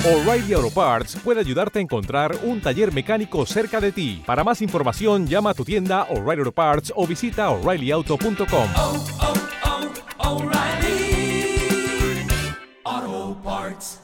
O'Reilly Auto Parts puede ayudarte a encontrar un taller mecánico cerca de ti. Para más información, llama a tu tienda O'Reilly Auto Parts o visita O'ReillyAuto.com. O'Reilly Auto Parts.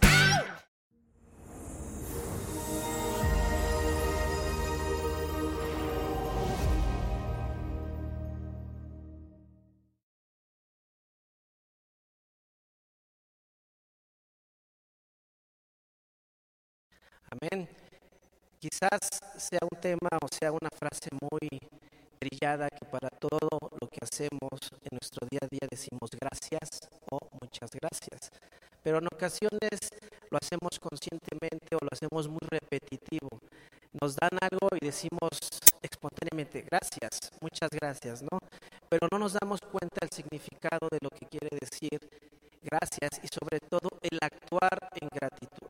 Amén. Quizás sea un tema o sea una frase muy trillada que para todo lo que hacemos en nuestro día a día decimos gracias o muchas gracias. Pero en ocasiones lo hacemos conscientemente o lo hacemos muy repetitivo. Nos dan algo y decimos espontáneamente gracias, muchas gracias, ¿no? Pero no nos damos cuenta del significado de lo que quiere decir gracias y sobre todo el actuar en gratitud.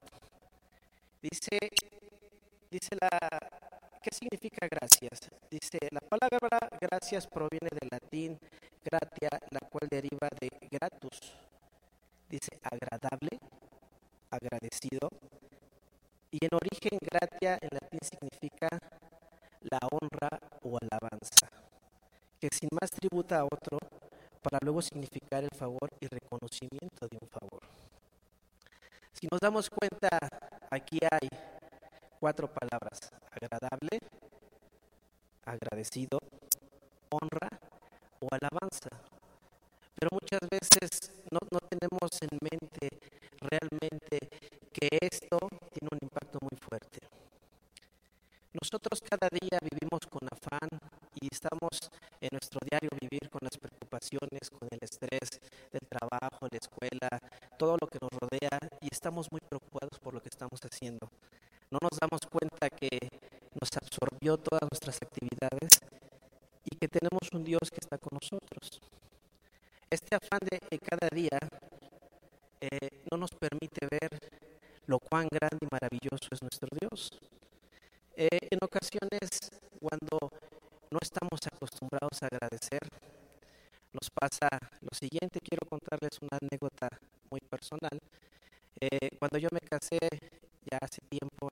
¿Qué significa gracias? Dice, la palabra gracias proviene del latín gratia, la cual deriva de gratus. Dice agradable, agradecido. Y en origen gratia en latín significa la honra o alabanza, que sin más tributa a otro para luego significar el favor y reconocimiento de un favor. Si nos damos cuenta, aquí hay 4 palabras: agradable, agradecido, honra o alabanza. Pero muchas veces no tenemos en mente realmente que esto tiene un impacto muy fuerte. Nosotros cada día vivimos con afán y estamos en nuestro diario vivir con las preocupaciones, con el estrés del trabajo, la escuela, todo lo que nos rodea, y estamos muy preocupados por lo que estamos haciendo. No nos damos cuenta que nos absorbió todas nuestras actividades y que tenemos un Dios que está con nosotros. Este afán de cada día no nos permite ver lo cuán grande y maravilloso es nuestro Dios. En ocasiones, cuando no estamos acostumbrados a agradecer, nos pasa lo siguiente. Quiero contarles una anécdota muy personal. Cuando yo me casé, ya hace tiempo,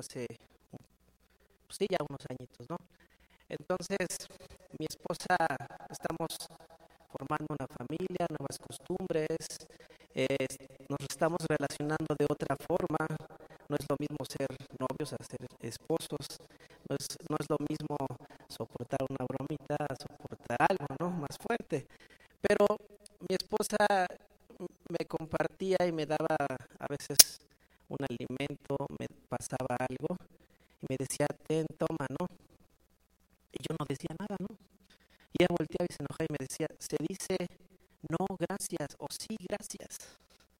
ya unos añitos, ¿no? Entonces, mi esposa, estamos formando una familia, nuevas costumbres, nos estamos relacionando de otra forma. No es lo mismo ser novios a ser esposos, no es lo mismo soportar una bromita a soportar algo, ¿no?, más fuerte. Pero mi esposa me compartía y me daba a veces un alimento, me pasaba algo y me decía, ten, toma, ¿no? Y yo no decía nada, ¿no? Y ella volteaba y se enojaba y me decía, se dice no, gracias, o sí, gracias.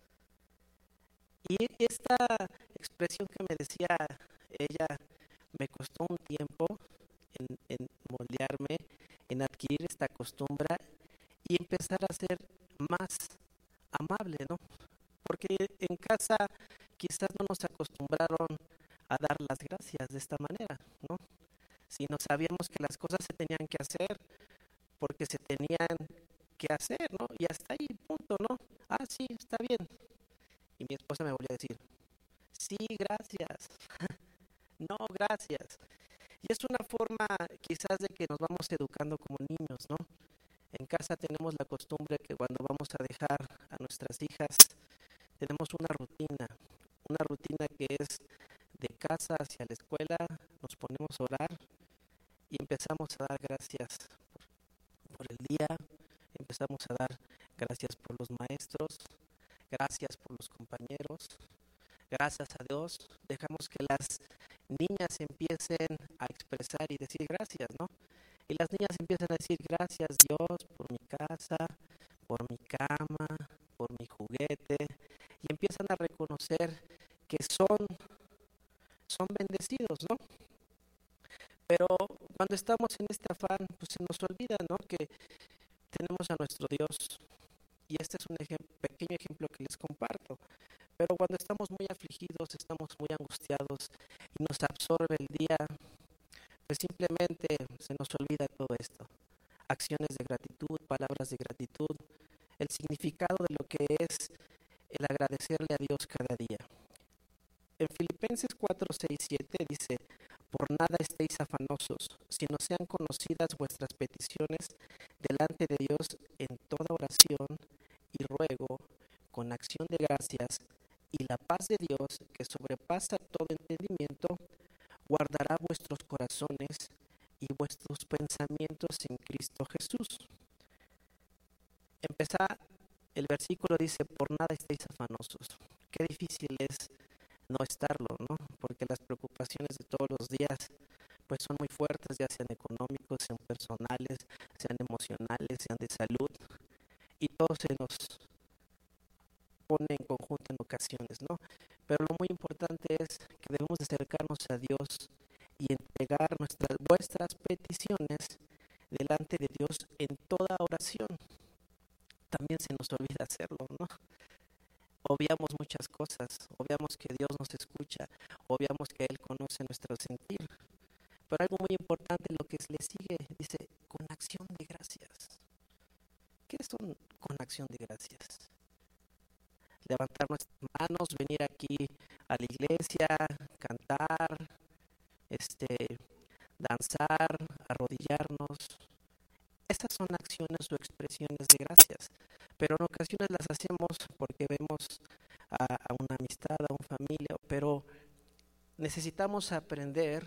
Y esta expresión que me decía ella me costó un tiempo en moldearme, en adquirir esta costumbre y empezar a ser más amable, ¿no? Porque en casa quizás no nos acostumbraron a dar las gracias de esta manera, ¿no? Si no sabíamos que las cosas se tenían que hacer porque se tenían que hacer, ¿no? Y hasta ahí, punto, ¿no? Ah, sí, está bien. Y mi esposa me volvió a decir, sí, gracias. No, gracias. Y es una forma quizás de que nos vamos educando como niños, ¿no? En casa tenemos la costumbre que cuando vamos a dejar a nuestras hijas, tenemos una rutina que es de casa hacia la escuela, nos ponemos a orar y empezamos a dar gracias por el día, empezamos a dar gracias por los maestros, gracias por los compañeros, gracias a Dios. Dejamos que las niñas empiecen a expresar y decir gracias, ¿no? Y las niñas empiezan a decir gracias Dios por mi casa, por mi cama, por mi juguete, y empiezan a reconocer que son bendecidos, ¿no? Pero cuando estamos en este afán, pues se nos olvida, ¿no?, que tenemos a nuestro Dios. Y este es un pequeño ejemplo que les comparto. Pero cuando estamos muy afligidos, estamos muy angustiados y nos absorbe el día, pues simplemente se nos olvida todo esto. Acciones de gratitud, palabras de gratitud, el significado de lo que es el agradecerle a Dios cada día. En Filipenses 4, 6, 7 dice: por nada estéis afanosos, sino sean conocidas vuestras peticiones delante de Dios en toda oración y ruego, con acción de gracias, y la paz de Dios, que sobrepasa todo entendimiento, guardará vuestros corazones y vuestros pensamientos en Cristo Jesús. El versículo dice: por nada estéis afanosos. Qué difícil es no estarlo, ¿no? Porque las preocupaciones de todos los días pues son muy fuertes, ya sean económicos, sean personales, sean emocionales, sean de salud, y todo se nos pone en conjunto en ocasiones, ¿no? Pero lo muy importante es que debemos de acercarnos a Dios y entregar vuestras peticiones delante de Dios en toda oración. También se nos olvida hacerlo, ¿no? Obviamos muchas cosas, obviamos que Dios nos escucha, obviamos que Él conoce nuestro sentir. Pero algo muy importante, lo que le sigue, dice, con acción de gracias. ¿Qué son con acción de gracias? Levantar nuestras manos, venir aquí a la iglesia, cantar, danzar, arrodillarnos. Esas son acciones o expresiones de gracias. Pero en ocasiones las hacemos porque vemos a una amistad, a una familia, pero necesitamos aprender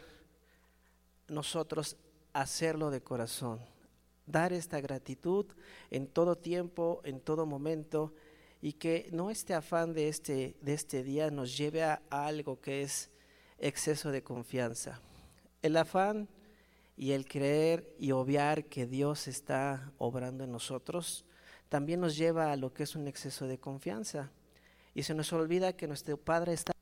nosotros a hacerlo de corazón. Dar esta gratitud en todo tiempo, en todo momento, y que no este afán de este día nos lleve a algo que es exceso de confianza. El afán y el creer y obviar que Dios está obrando en nosotros también nos lleva a lo que es un exceso de confianza, y se nos olvida que nuestro Padre está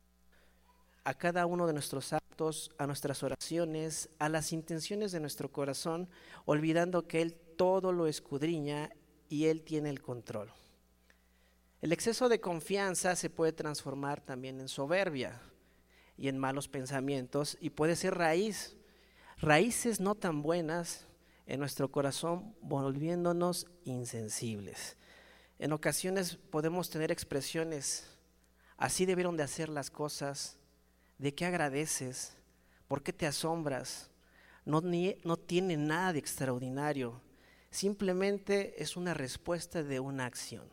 a cada uno de nuestros actos, a nuestras oraciones, a las intenciones de nuestro corazón, olvidando que Él todo lo escudriña y Él tiene el control. El exceso de confianza se puede transformar también en soberbia y en malos pensamientos, y puede ser raíces no tan buenas en nuestro corazón, volviéndonos insensibles. En ocasiones podemos tener expresiones: así debieron de hacer las cosas, ¿de qué agradeces? ¿Por qué te asombras? No tiene nada de extraordinario, simplemente es una respuesta de una acción.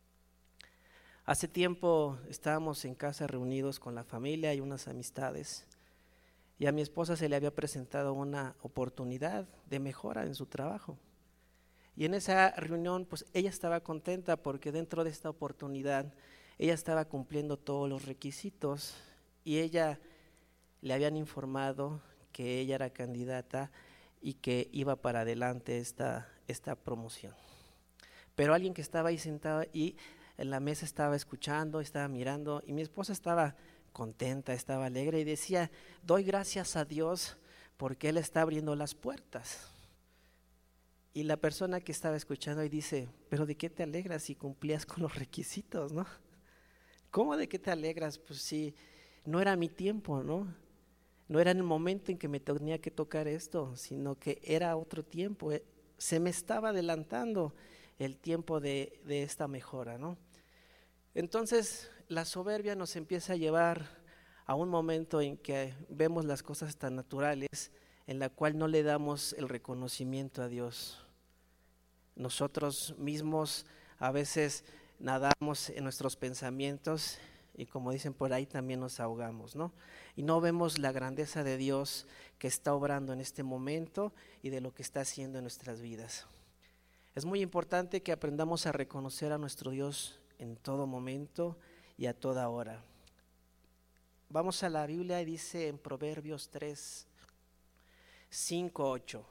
Hace tiempo estábamos en casa reunidos con la familia y unas amistades, y a mi esposa se le había presentado una oportunidad de mejora en su trabajo. Y en esa reunión pues ella estaba contenta porque dentro de esta oportunidad ella estaba cumpliendo todos los requisitos, y ella le habían informado que ella era candidata y que iba para adelante esta promoción. Pero alguien que estaba ahí sentado y en la mesa estaba escuchando, estaba mirando, y mi esposa estaba contenta, estaba alegre y decía: doy gracias a Dios porque Él está abriendo las puertas. Y la persona que estaba escuchando ahí dice: pero ¿de qué te alegras si cumplías con los requisitos, no? ¿Cómo de qué te alegras? Pues sí, no era mi tiempo, ¿no? No era en el momento en que me tenía que tocar esto, sino que era otro tiempo. Se me estaba adelantando el tiempo de esta mejora, ¿no? Entonces la soberbia nos empieza a llevar a un momento en que vemos las cosas tan naturales, en la cual no le damos el reconocimiento a Dios. Nosotros mismos a veces nadamos en nuestros pensamientos y, como dicen por ahí, también nos ahogamos, ¿no? Y no vemos la grandeza de Dios que está obrando en este momento y de lo que está haciendo en nuestras vidas. Es muy importante que aprendamos a reconocer a nuestro Dios en todo momento y a toda hora. Vamos a la Biblia y dice en Proverbios 3, 5, 8: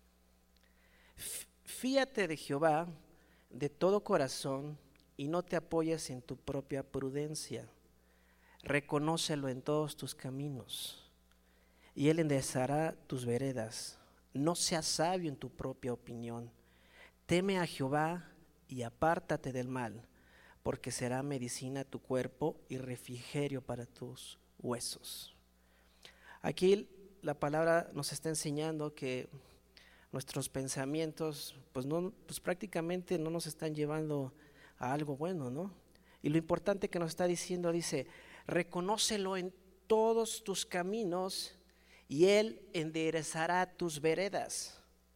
fíate de Jehová de todo corazón y no te apoyes en tu propia prudencia. Reconócelo en todos tus caminos y Él enderezará tus veredas. No seas sabio en tu propia opinión. Teme a Jehová y apártate del mal, porque será medicina a tu cuerpo y refrigerio para tus huesos. Aquí la palabra nos está enseñando que nuestros pensamientos pues prácticamente no nos están llevando a algo bueno, ¿no? Y lo importante que nos está diciendo, dice: reconócelo en todos tus caminos y Él enderezará tus veredas.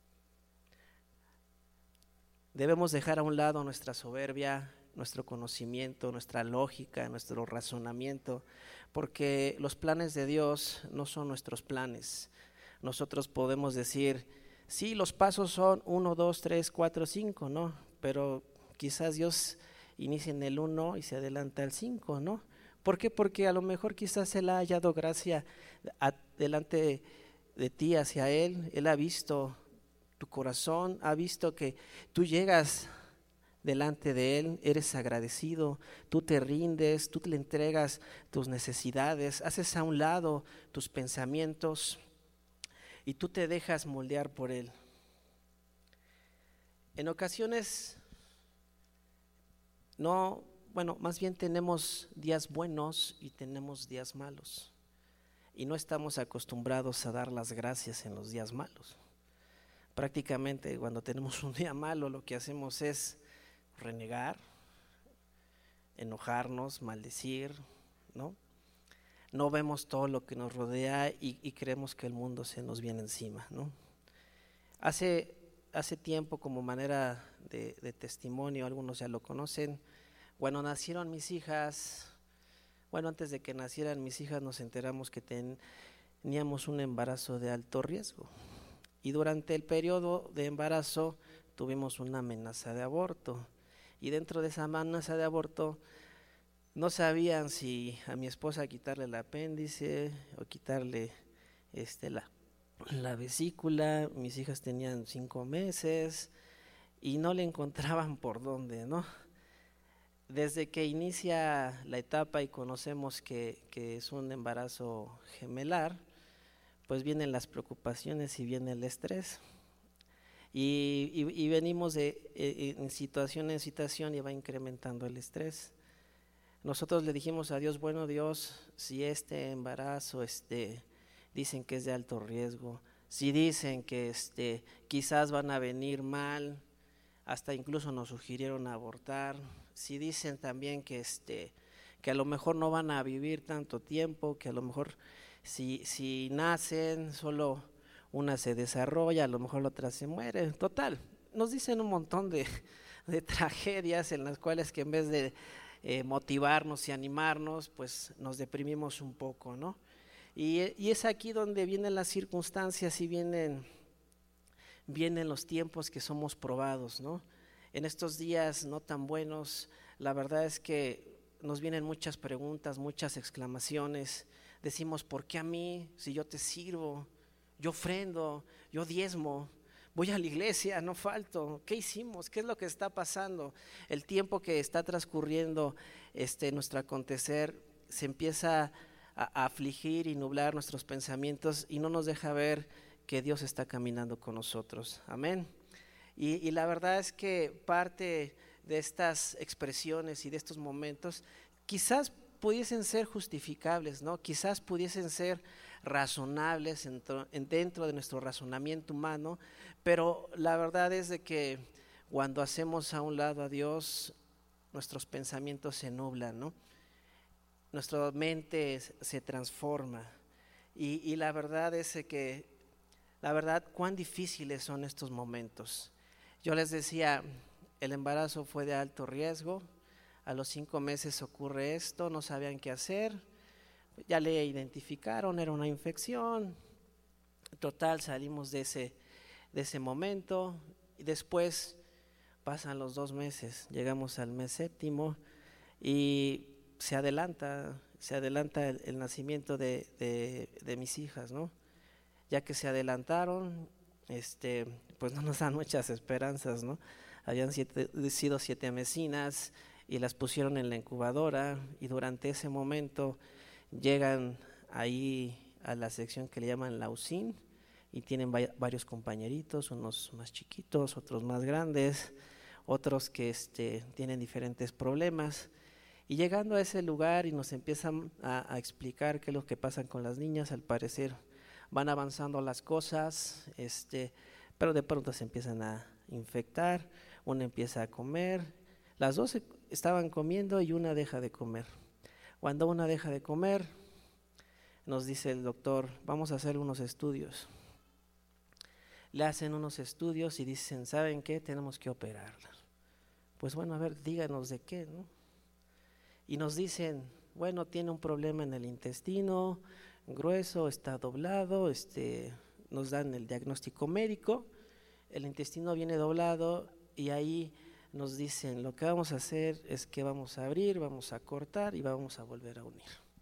Debemos dejar a un lado nuestra soberbia, nuestro conocimiento, nuestra lógica, nuestro razonamiento, porque los planes de Dios no son nuestros planes. Nosotros podemos decir, sí, los pasos son 1, 2, 3, 4, 5, ¿no? Pero quizás Dios inicia en el 1 y se adelanta al 5, ¿no? ¿Por qué? Porque a lo mejor quizás Él ha hallado gracia delante de ti hacia Él. Él ha visto tu corazón, ha visto que tú llegas delante de Él, eres agradecido, tú te rindes, tú le entregas tus necesidades, haces a un lado tus pensamientos y tú te dejas moldear por Él. En ocasiones más bien tenemos días buenos y tenemos días malos y no estamos acostumbrados a dar las gracias en los días malos. Prácticamente cuando tenemos un día malo lo que hacemos es renegar, enojarnos, maldecir, ¿no? No vemos todo lo que nos rodea y creemos que el mundo se nos viene encima, ¿no? Hace tiempo, como manera de testimonio, algunos ya lo conocen, cuando nacieron mis hijas, antes de que nacieran mis hijas nos enteramos que teníamos un embarazo de alto riesgo. Y durante el periodo de embarazo tuvimos una amenaza de aborto. Y dentro de esa amenaza de aborto no sabían si a mi esposa quitarle el apéndice o quitarle la vesícula. Mis hijas tenían 5 meses y no le encontraban por dónde, ¿no? Desde que inicia la etapa y conocemos que es un embarazo gemelar, pues vienen las preocupaciones y viene el estrés. Y venimos en situación en situación y va incrementando el estrés. Nosotros le dijimos a Dios, bueno Dios, si este embarazo dicen que es de alto riesgo, si dicen que quizás van a venir mal, hasta incluso nos sugirieron abortar, si dicen también que a lo mejor no van a vivir tanto tiempo, que a lo mejor si nacen solo una se desarrolla, a lo mejor la otra se muere. Total, nos dicen un montón de tragedias en las cuales que en vez de motivarnos y animarnos, pues nos deprimimos un poco, ¿no? Y es aquí donde vienen las circunstancias y vienen los tiempos que somos probados, ¿no? En estos días no tan buenos, la verdad es que nos vienen muchas preguntas, muchas exclamaciones. Decimos, ¿por qué a mí? Si yo te sirvo, yo ofrendo, yo diezmo, voy a la iglesia, no falto. ¿Qué hicimos? ¿Qué es lo que está pasando? El tiempo que está transcurriendo nuestro acontecer se empieza a afligir y nublar nuestros pensamientos y no nos deja ver que Dios está caminando con nosotros. Amén. Y la verdad es que parte de estas expresiones y de estos momentos quizás pudiesen ser justificables, ¿no? Quizás pudiesen ser razonables dentro de nuestro razonamiento humano, pero la verdad es de que cuando hacemos a un lado a Dios, nuestros pensamientos se nublan, ¿no? Nuestra mente se transforma y la verdad es que, cuán difíciles son estos momentos. Yo les decía, el embarazo fue de alto riesgo, a los 5 meses ocurre esto, no sabían qué hacer, ya le identificaron, era una infección. Total, salimos de ese momento y después pasan los 2 meses, llegamos al mes 7º y se adelanta el nacimiento de mis hijas, ¿no? Ya que se adelantaron, pues no nos dan muchas esperanzas, ¿no? Habían sido 7 mesinas y las pusieron en la incubadora y durante ese momento llegan ahí a la sección que le llaman la UCIN y tienen varios compañeritos, unos más chiquitos, otros más grandes, otros que tienen diferentes problemas. Y llegando a ese lugar y nos empiezan a explicar qué es lo que pasa con las niñas, al parecer van avanzando las cosas, pero de pronto se empiezan a infectar, una empieza a comer, las dos estaban comiendo y una deja de comer. Cuando una deja de comer, nos dice el doctor, vamos a hacer unos estudios. Le hacen unos estudios y dicen, ¿saben qué? Tenemos que operarla. Pues bueno, a ver, díganos de qué, ¿no? Y nos dicen, bueno, tiene un problema en el intestino grueso, está doblado, nos dan el diagnóstico médico, el intestino viene doblado y ahí nos dicen, lo que vamos a hacer es que vamos a abrir, vamos a cortar y vamos a volver a unir.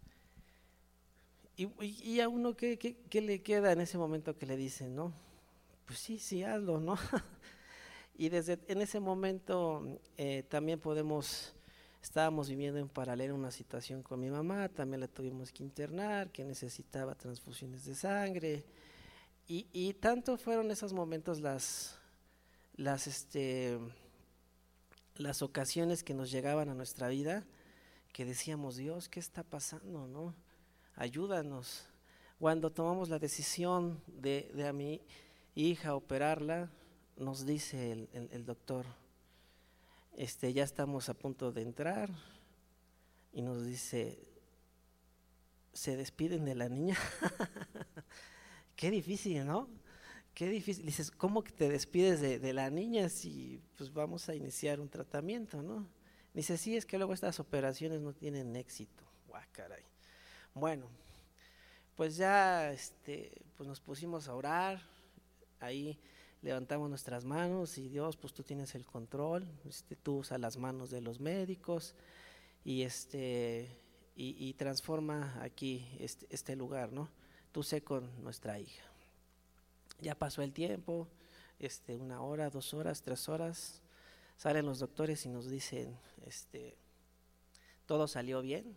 Y a uno, ¿qué le queda en ese momento que le dicen, no? Pues sí, hazlo, ¿no? Y en ese momento también estábamos viviendo en paralelo una situación con mi mamá, también la tuvimos que internar, que necesitaba transfusiones de sangre, y tanto fueron esos momentos las ocasiones que nos llegaban a nuestra vida, que decíamos, Dios, ¿qué está pasando, no? Ayúdanos. Cuando tomamos la decisión de a mi hija operarla, nos dice el doctor, ya estamos a punto de entrar, y nos dice, ¿se despiden de la niña? Qué difícil, ¿no? Qué difícil. Dices, ¿cómo que te despides de la niña si pues vamos a iniciar un tratamiento, ¿no? Dice, sí, es que luego estas operaciones no tienen éxito. ¡Guau, caray! Bueno, pues ya pues nos pusimos a orar, ahí levantamos nuestras manos y Dios, pues tú tienes el control, tú usas las manos de los médicos y transforma aquí este lugar, ¿no? Tú sé con nuestra hija. Ya pasó el tiempo, 1 hora, 2 horas, 3 horas, salen los doctores y nos dicen, todo salió bien,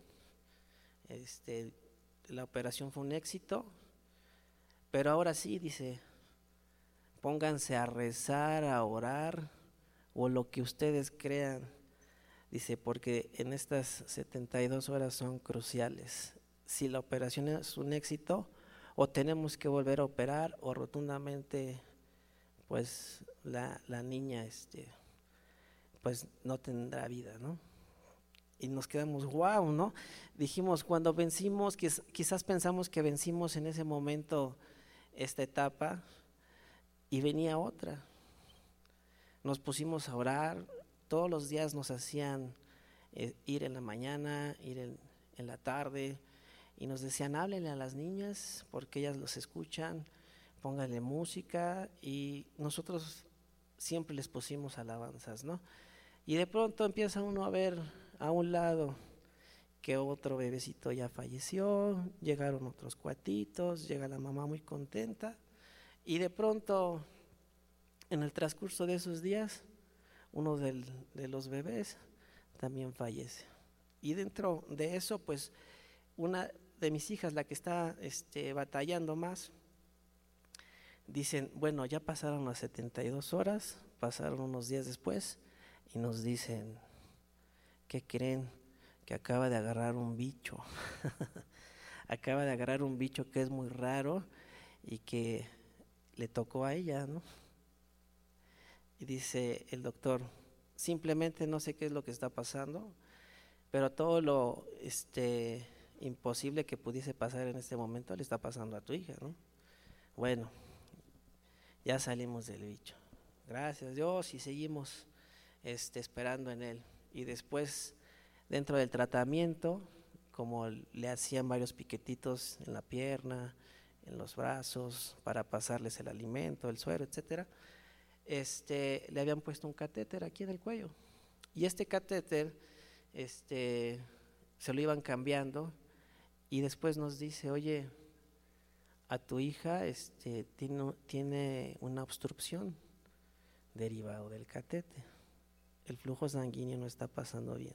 la operación fue un éxito, pero ahora sí, dice, pónganse a rezar, a orar, o lo que ustedes crean, dice, porque en estas 72 horas son cruciales. Si la operación es un éxito, o tenemos que volver a operar, o rotundamente, pues la niña, pues no tendrá vida, ¿no? Y nos quedamos, wow, ¿no? Dijimos, cuando vencimos, quizás pensamos que vencimos en ese momento esta etapa, y venía otra. Nos pusimos a orar, todos los días nos hacían ir en la mañana, ir en la tarde, y nos decían, háblenle a las niñas porque ellas los escuchan, pónganle música, y nosotros siempre les pusimos alabanzas, ¿no? Y de pronto empieza uno a ver a un lado que otro bebecito ya falleció, llegaron otros cuatitos, llega la mamá muy contenta, y de pronto en el transcurso de esos días uno de los bebés también fallece. Y dentro de eso, pues una de mis hijas, la que está batallando más, dicen, bueno, ya pasaron las 72 horas, pasaron unos días después, y nos dicen, ¿qué creen? Que acaba de agarrar un bicho. Acaba de agarrar un bicho que es muy raro y que le tocó a ella, ¿no? Y dice el doctor, simplemente no sé qué es lo que está pasando, pero todo lo imposible que pudiese pasar en este momento le está pasando a tu hija, ¿no? Bueno, ya salimos del bicho, gracias a Dios, y seguimos esperando en él. Y después, dentro del tratamiento, como le hacían varios piquetitos en la pierna, en los brazos, para pasarles el alimento, el suero, etcétera, le habían puesto un catéter aquí en el cuello, y este catéter se lo iban cambiando, y después nos dice, oye, a tu hija tiene una obstrucción derivado del catéter, el flujo sanguíneo no está pasando bien.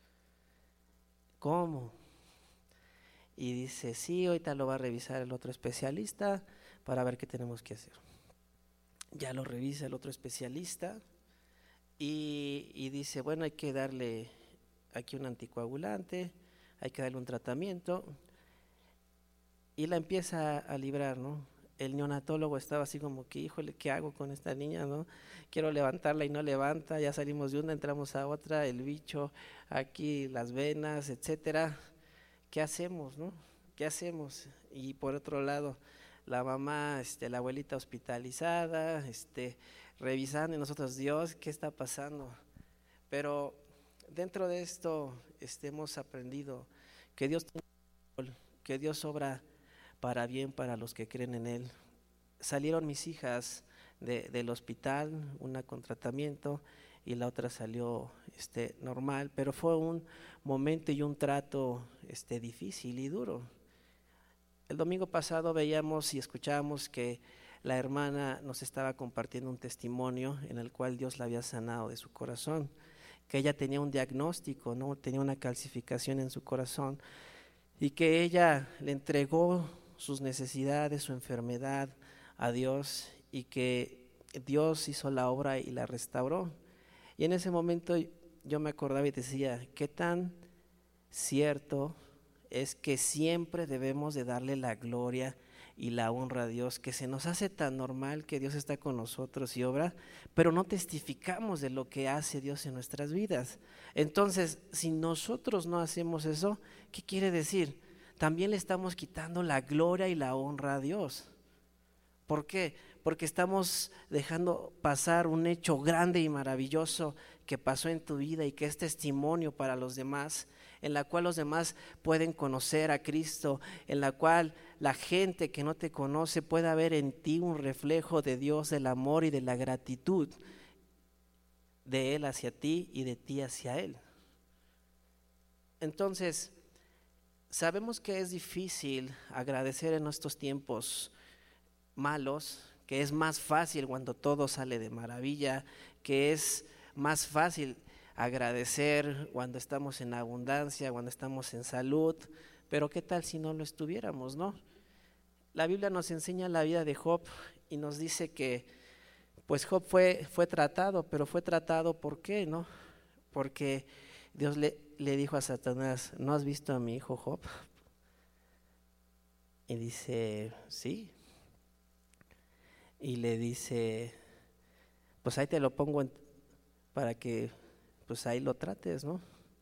¿Cómo? Y dice, sí, ahorita lo va a revisar el otro especialista para ver qué tenemos que hacer. Ya lo revisa el otro especialista y dice, bueno, hay que darle aquí un anticoagulante, hay que darle un tratamiento, y la empieza a librar, ¿no? El neonatólogo estaba así como que, híjole, ¿qué hago con esta niña, no? Quiero levantarla y no levanta, ya salimos de una, entramos a otra, el bicho, aquí las venas, etcétera. ¿qué hacemos, no? ¿Qué hacemos? Y por otro lado, la mamá, la abuelita hospitalizada, revisando, y nosotros, Dios, ¿qué está pasando? Pero dentro de esto hemos aprendido que Dios tiene control, que Dios obra para bien para los que creen en Él. Salieron mis hijas del hospital, una con tratamiento y la otra salió normal, pero fue un momento y un trato difícil y duro. El domingo pasado veíamos y escuchábamos que la hermana nos estaba compartiendo un testimonio en el cual Dios la había sanado de su corazón, que ella tenía un diagnóstico, ¿no? Tenía una calcificación en su corazón y que ella le entregó sus necesidades, su enfermedad a Dios y que Dios hizo la obra y la restauró. Y en ese momento yo me acordaba y decía, qué tan cierto es que siempre debemos de darle la gloria y la honra a Dios, que se nos hace tan normal que Dios está con nosotros y obra, pero no testificamos de lo que hace Dios en nuestras vidas. Entonces, si nosotros no hacemos eso, ¿qué quiere decir? También le estamos quitando la gloria y la honra a Dios. ¿Por qué? Porque estamos dejando pasar un hecho grande y maravilloso que pasó en tu vida y que es testimonio para los demás, en la cual los demás pueden conocer a Cristo, en la cual la gente que no te conoce pueda ver en ti un reflejo de Dios, del amor y de la gratitud de Él hacia ti y de ti hacia Él. Entonces, sabemos que es difícil agradecer en estos tiempos malos, que es más fácil cuando todo sale de maravilla, que es más fácil agradecer cuando estamos en abundancia, cuando estamos en salud, pero ¿qué tal si no lo estuviéramos, no? La Biblia nos enseña la vida de Job y nos dice que pues Job fue tratado, pero fue tratado ¿por qué, no? Porque Dios le dijo a Satanás, ¿no has visto a mi hijo Job? Y dice, sí. Y le dice, pues ahí te lo pongo para que pues ahí lo trates, ¿no?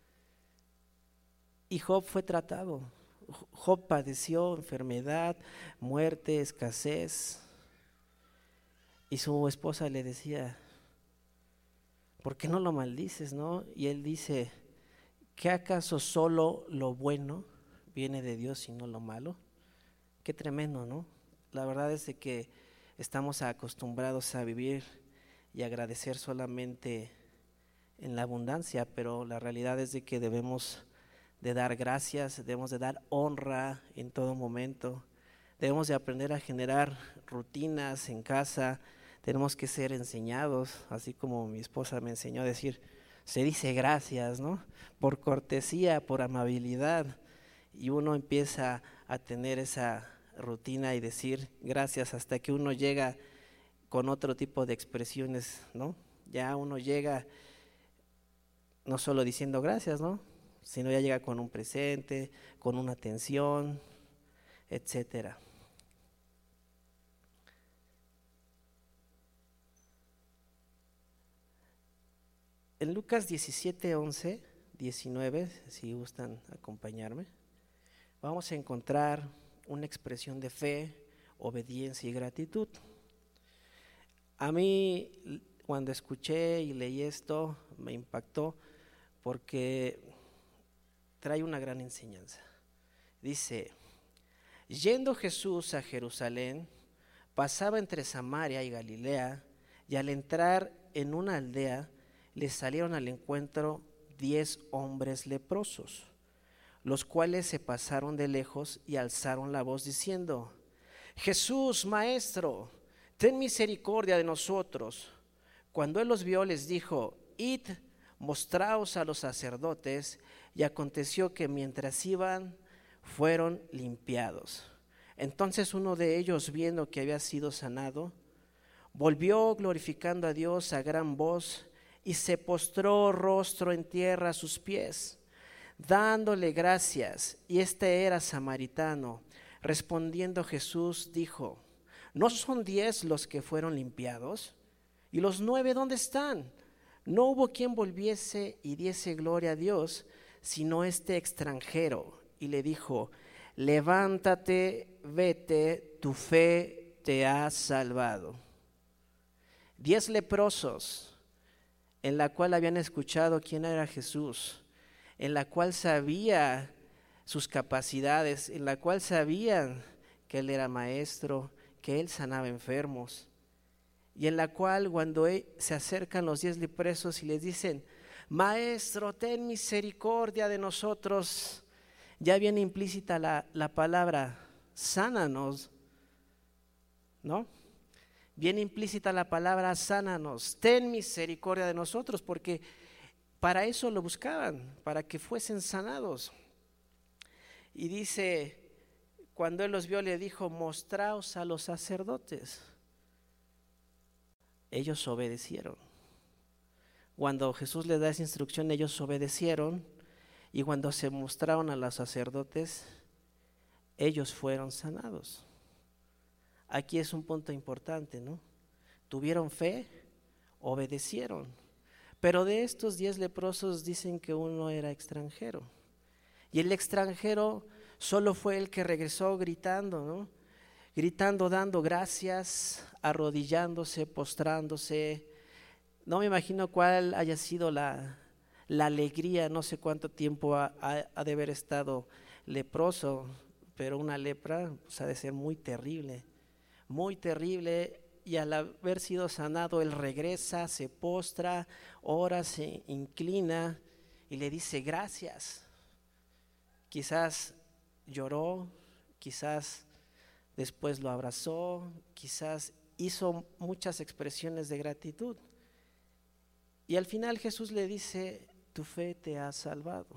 Y Job fue tratado. Job padeció enfermedad, muerte, escasez. Y su esposa le decía, ¿por qué no lo maldices, no? Y él dice, ¿qué acaso solo lo bueno viene de Dios y no lo malo? Qué tremendo, ¿no? La verdad es de que estamos acostumbrados a vivir y agradecer solamente en la abundancia, pero la realidad es de que debemos de dar gracias, debemos de dar honra en todo momento, debemos de aprender a generar rutinas en casa, tenemos que ser enseñados, así como mi esposa me enseñó a decir, se dice gracias, ¿no? Por cortesía, por amabilidad, y uno empieza a tener esa rutina y decir gracias hasta que uno llega con otro tipo de expresiones, ¿no? Ya uno llega no solo diciendo gracias, ¿no? Sino ya llega con un presente, con una atención, etcétera. En Lucas 17, 11, 19, si gustan acompañarme, vamos a encontrar una expresión de fe, obediencia y gratitud. A mí, cuando escuché y leí esto, me impactó porque trae una gran enseñanza. Dice, yendo Jesús a Jerusalén, pasaba entre Samaria y Galilea, y al entrar en una aldea, le salieron al encuentro 10 hombres leprosos, los cuales se pasaron de lejos y alzaron la voz diciendo, Jesús, Maestro, ten misericordia de nosotros. Cuando él los vio, les dijo, id, mostraos a los sacerdotes, y aconteció que mientras iban, fueron limpiados. Entonces uno de ellos, viendo que había sido sanado, volvió glorificando a Dios a gran voz, y se postró rostro en tierra a sus pies, dándole gracias. Y este era samaritano. Respondiendo Jesús dijo, ¿no son 10 los que fueron limpiados? ¿Y los 9 dónde están? No hubo quien volviese y diese gloria a Dios, sino este extranjero. y le dijo: levántate, vete, tu fe te ha salvado. 10 leprosos, en la cual habían escuchado quién era Jesús, en la cual sabía sus capacidades, en la cual sabían que Él era maestro, que Él sanaba enfermos, y en la cual cuando se acercan los 10 leprosos y les dicen: Maestro, ten misericordia de nosotros, ya viene implícita la palabra sánanos, ¿no? Viene implícita la palabra sánanos, ten misericordia de nosotros, porque para eso lo buscaban, para que fuesen sanados. Y dice, cuando Él los vio, le dijo: mostraos a los sacerdotes. Ellos obedecieron. Cuando Jesús les da esa instrucción, ellos obedecieron, y cuando se mostraron a los sacerdotes, ellos fueron sanados. Aquí es un punto importante, ¿no? Tuvieron fe, obedecieron. Pero de estos 10 leprosos dicen que uno era extranjero. Y el extranjero solo fue el que regresó gritando, ¿no? Gritando, dando gracias, arrodillándose, postrándose. No me imagino cuál haya sido la alegría, no sé cuánto tiempo ha de haber estado leproso, pero una lepra pues, ha de ser muy terrible, y al haber sido sanado, él regresa, se postra, ora, se inclina y le dice gracias. Quizás lloró, quizás después lo abrazó, quizás hizo muchas expresiones de gratitud. Y al final Jesús le dice: tu fe te ha salvado.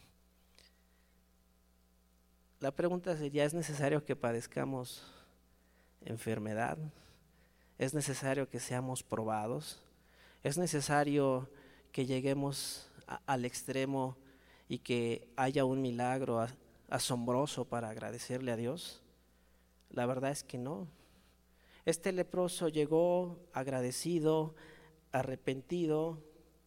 La pregunta sería: ¿es necesario que padezcamos enfermedad? ¿Es necesario que seamos probados? ¿Es necesario que lleguemos al extremo y que haya un milagro asombroso para agradecerle a Dios? La verdad es que no. Este leproso llegó agradecido, arrepentido,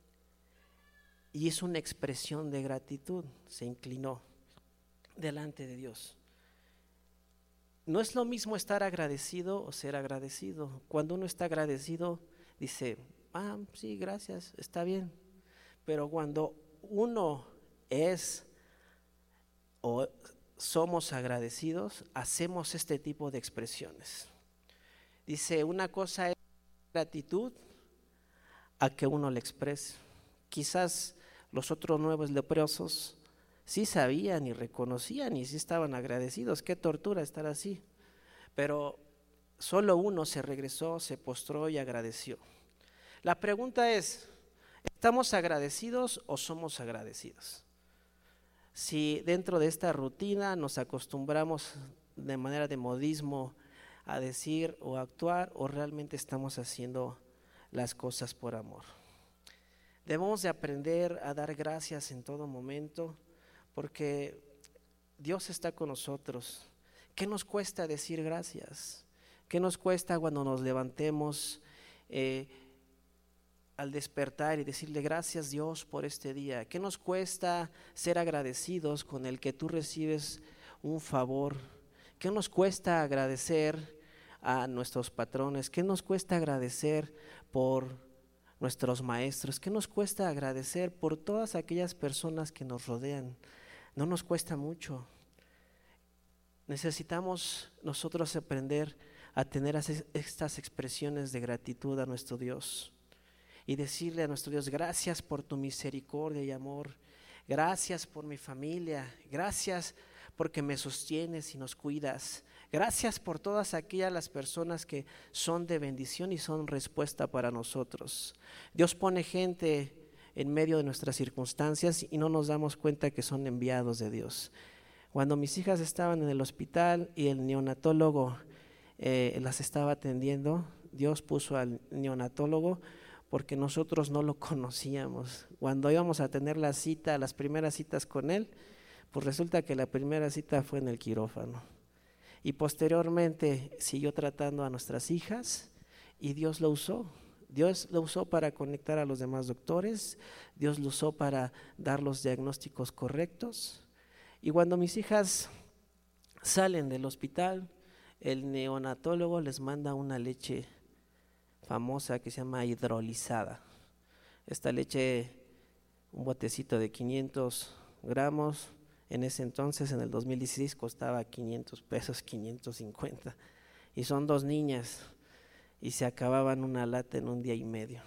y es una expresión de gratitud, se inclinó delante de Dios. No es lo mismo estar agradecido o ser agradecido. Cuando uno está agradecido, dice: sí, gracias, está bien. Pero cuando uno es o somos agradecidos, hacemos este tipo de expresiones. Dice, una cosa es gratitud a que uno le exprese. Quizás los otros 9 leprosos sí sabían y reconocían y sí estaban agradecidos. Qué tortura estar así. Pero solo uno se regresó, se postró y agradeció. La pregunta es: ¿estamos agradecidos o somos agradecidos? Si dentro de esta rutina nos acostumbramos de manera de modismo a decir o actuar, o realmente estamos haciendo las cosas por amor. Debemos de aprender a dar gracias en todo momento, porque Dios está con nosotros. ¿Qué nos cuesta decir gracias? ¿Qué nos cuesta cuando nos levantemos al despertar y decirle gracias Dios por este día? ¿Qué nos cuesta ser agradecidos con el que tú recibes un favor? ¿Qué nos cuesta agradecer a nuestros patrones? ¿Qué nos cuesta agradecer por nuestros maestros? ¿Qué nos cuesta agradecer por todas aquellas personas que nos rodean? No nos cuesta mucho. Necesitamos nosotros aprender a tener estas expresiones de gratitud a nuestro Dios y decirle a nuestro Dios: gracias por tu misericordia y amor, gracias por mi familia, gracias porque me sostienes y nos cuidas, gracias por todas aquellas las personas que son de bendición y son respuesta para nosotros. Dios pone gente en medio de nuestras circunstancias y no nos damos cuenta que son enviados de Dios. Cuando mis hijas estaban en el hospital y el neonatólogo las estaba atendiendo, Dios puso al neonatólogo porque nosotros no lo conocíamos. Cuando íbamos a tener la cita, las primeras citas con él, pues resulta que la primera cita fue en el quirófano. Y posteriormente siguió tratando a nuestras hijas y Dios lo usó. Dios lo usó para conectar a los demás doctores, Dios lo usó para dar los diagnósticos correctos. Y cuando mis hijas salen del hospital, el neonatólogo les manda una leche famosa que se llama hidrolizada. Esta leche, un botecito de 500 gramos, en ese entonces, en el 2016, costaba 500 pesos, 550. Y son 2 niñas y se acababan una lata en un día y medio.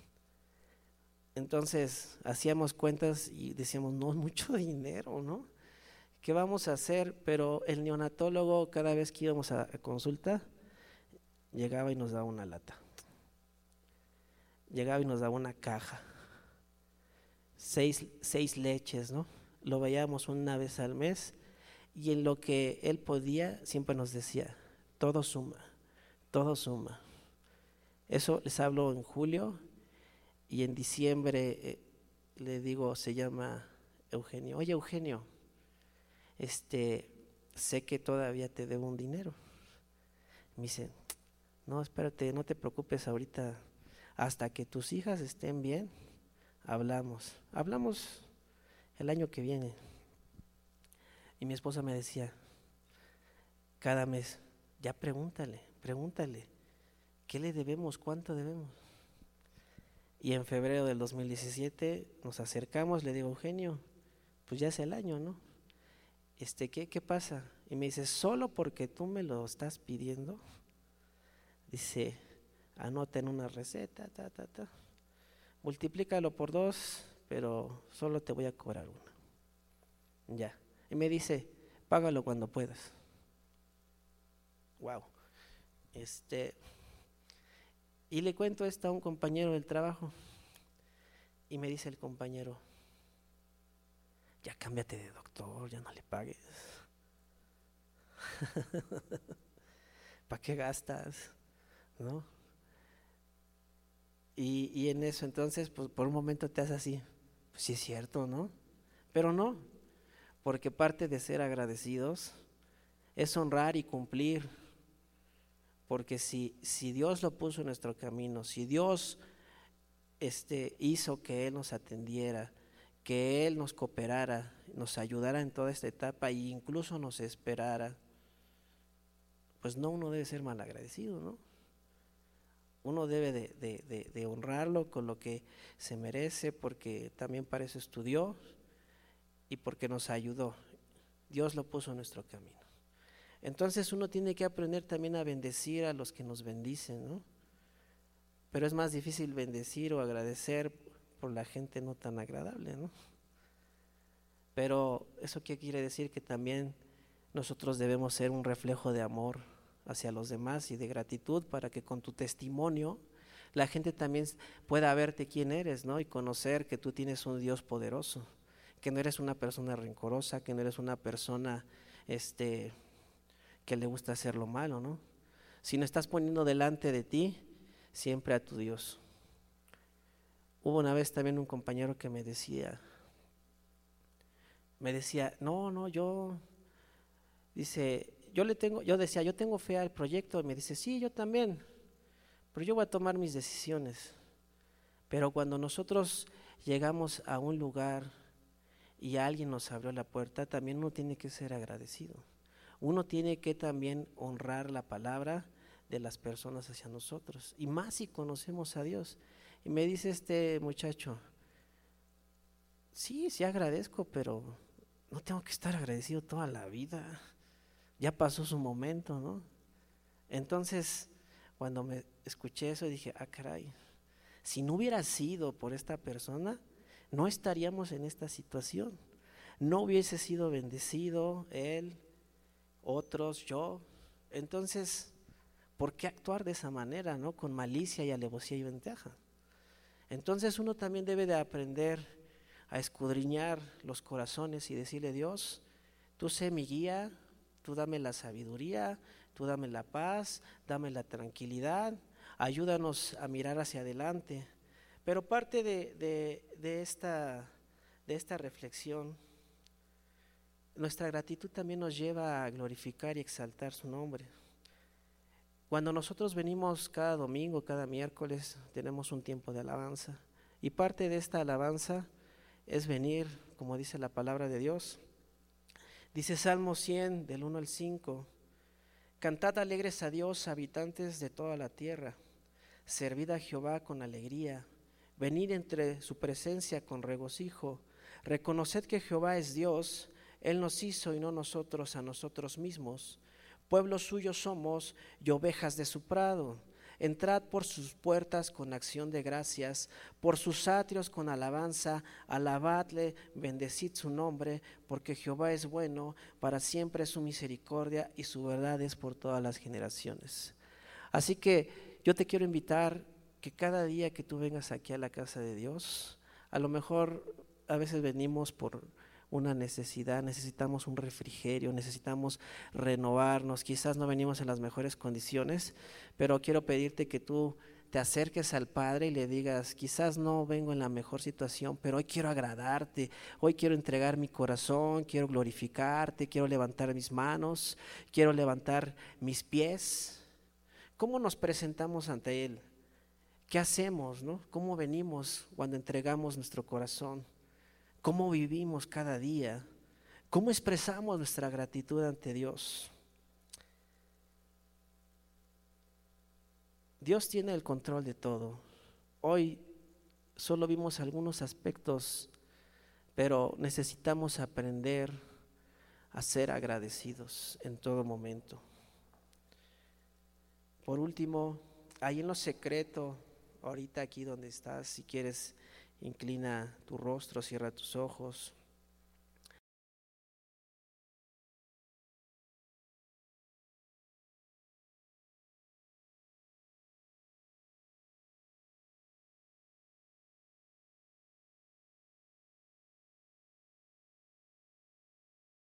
Entonces hacíamos cuentas y decíamos, no, es mucho dinero, ¿no? ¿Qué vamos a hacer? Pero el neonatólogo, cada vez que íbamos a consulta, llegaba y nos daba una lata. Llegaba y nos daba una caja. 6 leches, ¿no? Lo veíamos una vez al mes y en lo que él podía siempre nos decía, todo suma, todo suma. Eso les hablo en julio y en diciembre le digo, se llama Eugenio, oye Eugenio, sé que todavía te debo un dinero. Me dice, no, espérate, no te preocupes ahorita, hasta que tus hijas estén bien, hablamos el año que viene. Y mi esposa me decía, cada mes, ya pregúntale, ¿qué le debemos? ¿Cuánto debemos? Y en febrero del 2017 nos acercamos, le digo, Eugenio, pues ya es el año, ¿no? ¿Qué pasa? Y me dice, solo porque tú me lo estás pidiendo, dice, anota en una receta, multiplícalo por 2, pero solo te voy a cobrar una. Ya. Y me dice, págalo cuando puedas. Wow. Y le cuento esto a un compañero del trabajo y me dice el compañero, ya cámbiate de doctor, ya no le pagues. ¿Para qué gastas? ¿No? Y en eso entonces, pues por un momento te haces así, pues sí es cierto, ¿no? Pero no, porque parte de ser agradecidos es honrar y cumplir, porque si Dios lo puso en nuestro camino, si Dios hizo que Él nos atendiera, que Él nos cooperara, nos ayudara en toda esta etapa e incluso nos esperara, pues no, uno debe ser malagradecido, ¿no? Uno debe de honrarlo con lo que se merece, porque también para eso estudió y porque nos ayudó. Dios lo puso en nuestro camino. Entonces uno tiene que aprender también a bendecir a los que nos bendicen, ¿no? Pero es más difícil bendecir o agradecer por la gente no tan agradable, ¿no? Pero eso qué quiere decir, que también nosotros debemos ser un reflejo de amor hacia los demás y de gratitud, para que con tu testimonio la gente también pueda verte quién eres, ¿no? Y conocer que tú tienes un Dios poderoso, que no eres una persona rencorosa, que no eres una persona que le gusta hacer lo malo, ¿no? Sino estás poniendo delante de ti siempre a tu Dios. Hubo una vez también un compañero que me decía, no, yo decía, yo tengo fe al proyecto, y me dice, sí, yo también, pero yo voy a tomar mis decisiones. Pero cuando nosotros llegamos a un lugar y alguien nos abrió la puerta, también uno tiene que ser agradecido. Uno tiene que también honrar la palabra de las personas hacia nosotros, y más si conocemos a Dios. Y me dice este muchacho, sí agradezco, pero no tengo que estar agradecido toda la vida, ya pasó su momento, ¿no? Entonces, cuando me escuché eso, dije, caray, si no hubiera sido por esta persona, no estaríamos en esta situación, no hubiese sido bendecido él, otros, yo. Entonces, ¿por qué actuar de esa manera, no? Con malicia y alevosía y ventaja. Entonces uno también debe de aprender a escudriñar los corazones y decirle, Dios, tú sé mi guía, tú dame la sabiduría, tú dame la paz, dame la tranquilidad, ayúdanos a mirar hacia adelante. Pero parte de esta reflexión, nuestra gratitud también nos lleva a glorificar y exaltar su nombre. Cuando nosotros venimos cada domingo, cada miércoles, tenemos un tiempo de alabanza, y parte de esta alabanza es venir, como dice la palabra de Dios, Dice Salmo 100, del 1 al 5, cantad alegres a Dios, habitantes de toda la tierra, servid a Jehová con alegría, venid entre su presencia con regocijo, reconoced que Jehová es Dios, Él nos hizo y no nosotros a nosotros mismos, pueblo suyo somos y ovejas de su prado. Entrad por sus puertas con acción de gracias, por sus atrios con alabanza, alabadle, bendecid su nombre, porque Jehová es bueno, para siempre es su misericordia y su verdad es por todas las generaciones. Así que yo te quiero invitar que cada día que tú vengas aquí a la casa de Dios, a lo mejor a veces venimos por una necesidad, necesitamos un refrigerio, necesitamos renovarnos, quizás no venimos en las mejores condiciones, pero quiero pedirte que tú te acerques al Padre y le digas, quizás no vengo en la mejor situación, pero hoy quiero agradarte, hoy quiero entregar mi corazón, quiero glorificarte, quiero levantar mis manos, quiero levantar mis pies. ¿Cómo nos presentamos ante Él? ¿Qué hacemos, no? ¿Cómo venimos cuando entregamos nuestro corazón? ¿Cómo vivimos cada día? ¿Cómo expresamos nuestra gratitud ante Dios? Dios tiene el control de todo. Hoy solo vimos algunos aspectos, pero necesitamos aprender a ser agradecidos en todo momento. Por último, ahí en lo secreto, ahorita aquí donde estás, si quieres, inclina tu rostro, cierra tus ojos.